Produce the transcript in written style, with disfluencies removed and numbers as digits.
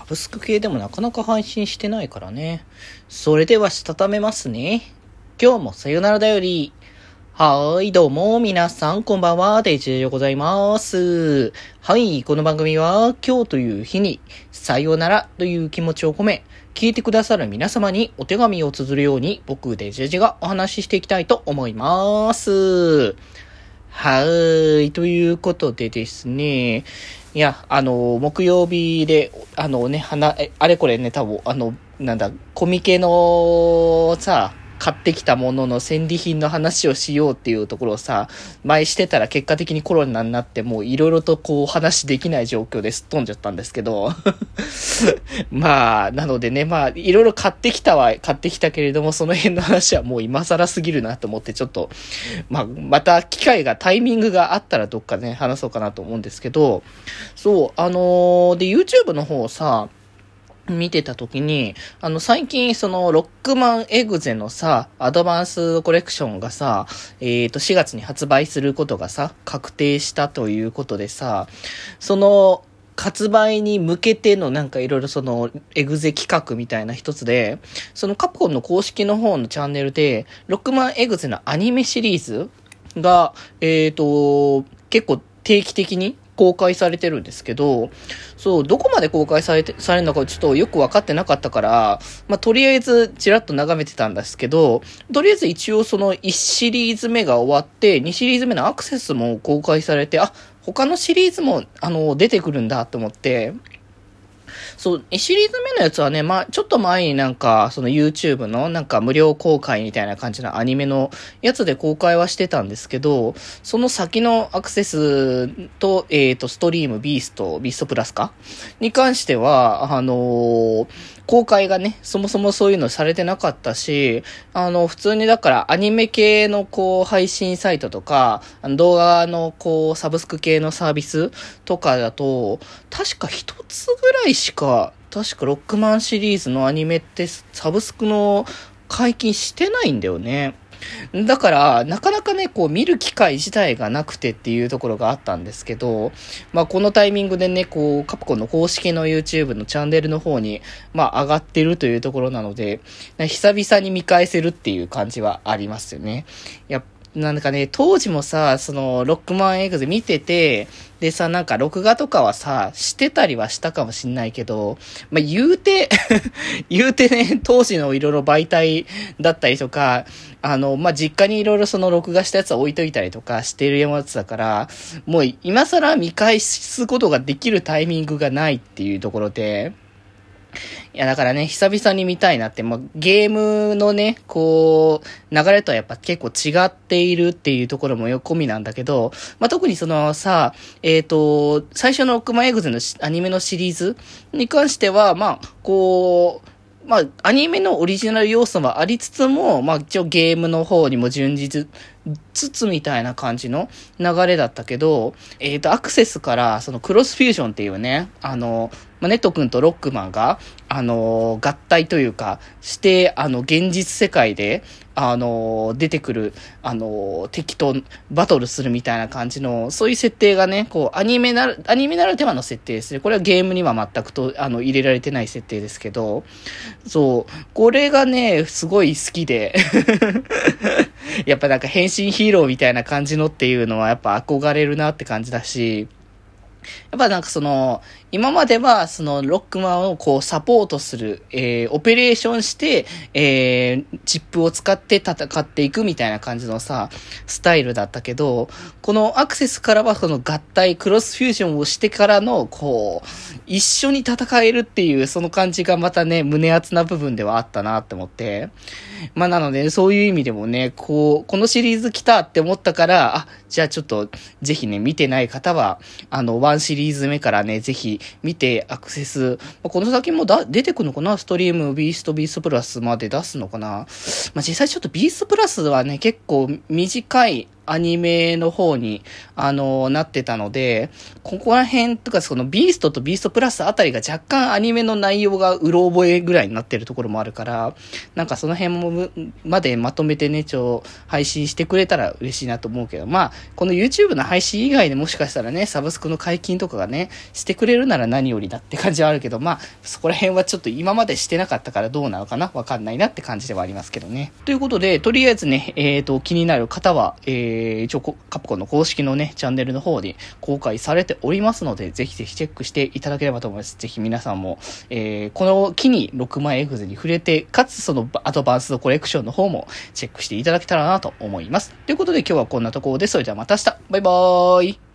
サブスク系でもなかなか配信してないからね。それではしたためますね。今日もさよならだより。はーい、どうも、皆さん、こんばんは、デジェでございます。はい、この番組は、今日という日に、さよならという気持ちを込め、聞いてくださる皆様にお手紙を綴るように、僕、デジェジがお話ししていきたいと思います。はーい、ということでですね、いや、木曜日で、あれこれね、多分、コミケのさ、買ってきたものの戦利品の話をしようっていうところをさ、前してたら結果的にコロナになってもういろいろとこう話できない状況ですっ飛んじゃったんですけど。まあ、なのでね、まあ、いろいろ買ってきたけれども、その辺の話はもう今更すぎるなと思ってちょっと、まあ、また機会が、タイミングがあったらどっかね、話そうかなと思うんですけど、そう、で、YouTube の方をさ、見てた時に、最近そのロックマンエグゼのさ、アドバンスコレクションがさ、4月に発売することがさ、確定したということでさ、その、発売に向けてのなんかいろいろそのエグゼ企画みたいな一つで、そのカプコンの公式の方のチャンネルで、ロックマンエグゼのアニメシリーズが、結構定期的に公開されてるんですけど、そう、どこまで公開されるのかちょっとよくわかってなかったから、まあ、とりあえずちらっと眺めてたんですけど、とりあえず一応その1シリーズ目が終わって、2シリーズ目のアクセスも公開されて、あ、他のシリーズも、出てくるんだと思って、そう、1シリーズ目のやつはね、まあ、ちょっと前になんか、その YouTube のなんか無料公開みたいな感じのアニメのやつで公開はしてたんですけど、その先のアクセスと、ストリームビーストプラスかに関しては、公開がね、そもそもそういうのされてなかったし、普通にだからアニメ系のこう配信サイトとか、動画のこうサブスク系のサービスとかだと、確か一つぐらいしか、確かロックマンシリーズのアニメってサブスクの解禁してないんだよね。だから、なかなかね、こう見る機会自体がなくてっていうところがあったんですけど、まあこのタイミングでね、こう、カプコンの公式の YouTube のチャンネルの方に、まあ上がってるというところなので、久々に見返せるっていう感じはありますよね。なんかね、当時もさ、その、ロックマンエグゼ見てて、でさ、なんか録画とかはさ、してたりはしたかもしんないけど、まあ、言うてね、当時のいろいろ媒体だったりとか、まあ、実家にいろいろその録画したやつは置いといたりとかしてるやつだから、もう今更見返すことができるタイミングがないっていうところで、いや、だからね、久々に見たいなって、まあ、ゲームのね、こう、流れとはやっぱ結構違っているっていうところも込みなんだけど、まあ、特にそのさ、最初のロックマンエグゼのアニメのシリーズに関しては、まあ、こう、まあ、アニメのオリジナル要素はありつつも、まあ、一応ゲームの方にも準じつつみたいな感じの流れだったけど、アクセスから、そのクロスフュージョンっていうね、まあ、ネット君とロックマンが、合体というか、して、現実世界で、出てくる、敵とバトルするみたいな感じの、そういう設定がね、こう、アニメならではの設定ですね。これはゲームには全く入れられてない設定ですけど、そう、これがね、すごい好きで、やっぱなんか変身ヒーローみたいな感じのっていうのはやっぱ憧れるなって感じだし、やっぱなんかその、今まではそのロックマンをこうサポートする、オペレーションして、チップを使って戦っていくみたいな感じのさ、スタイルだったけど、このアクセスからはその合体、クロスフュージョンをしてからの、こう、一緒に戦えるっていうその感じがまたね、胸熱な部分ではあったなって思って。まあなので、そういう意味でもね、このシリーズ来たって思ったから、あ、じゃあちょっと、ぜひね、見てない方は、1シリーズ目からね、ぜひ見てアクセス、この先も出てくるのかな、ストリーム、ビーストプラスまで出すのかな。まあ実際ちょっとビーストプラスはね、結構短い、 アニメの方に、なってたので、ここら辺とか、そのビーストとビーストプラスあたりが若干アニメの内容がうろ覚えぐらいになってるところもあるから、なんかその辺もまでまとめてね、配信してくれたら嬉しいなと思うけど、まあ、この YouTube の配信以外でもしかしたらね、サブスクの解禁とかがね、してくれるなら何よりだって感じはあるけど、まあ、そこら辺はちょっと今までしてなかったからどうなのかなわかんないなって感じではありますけどね。ということで、とりあえずね、気になる方は、一応カプコンの公式のね、チャンネルの方に公開されておりますので、ぜひぜひチェックしていただければと思います。ぜひ皆さんも、この機に6万エグゼに触れて、かつそのアドバンスドコレクションの方もチェックしていただけたらなと思います。ということで今日はこんなところで、それではまた明日。バイバーイ。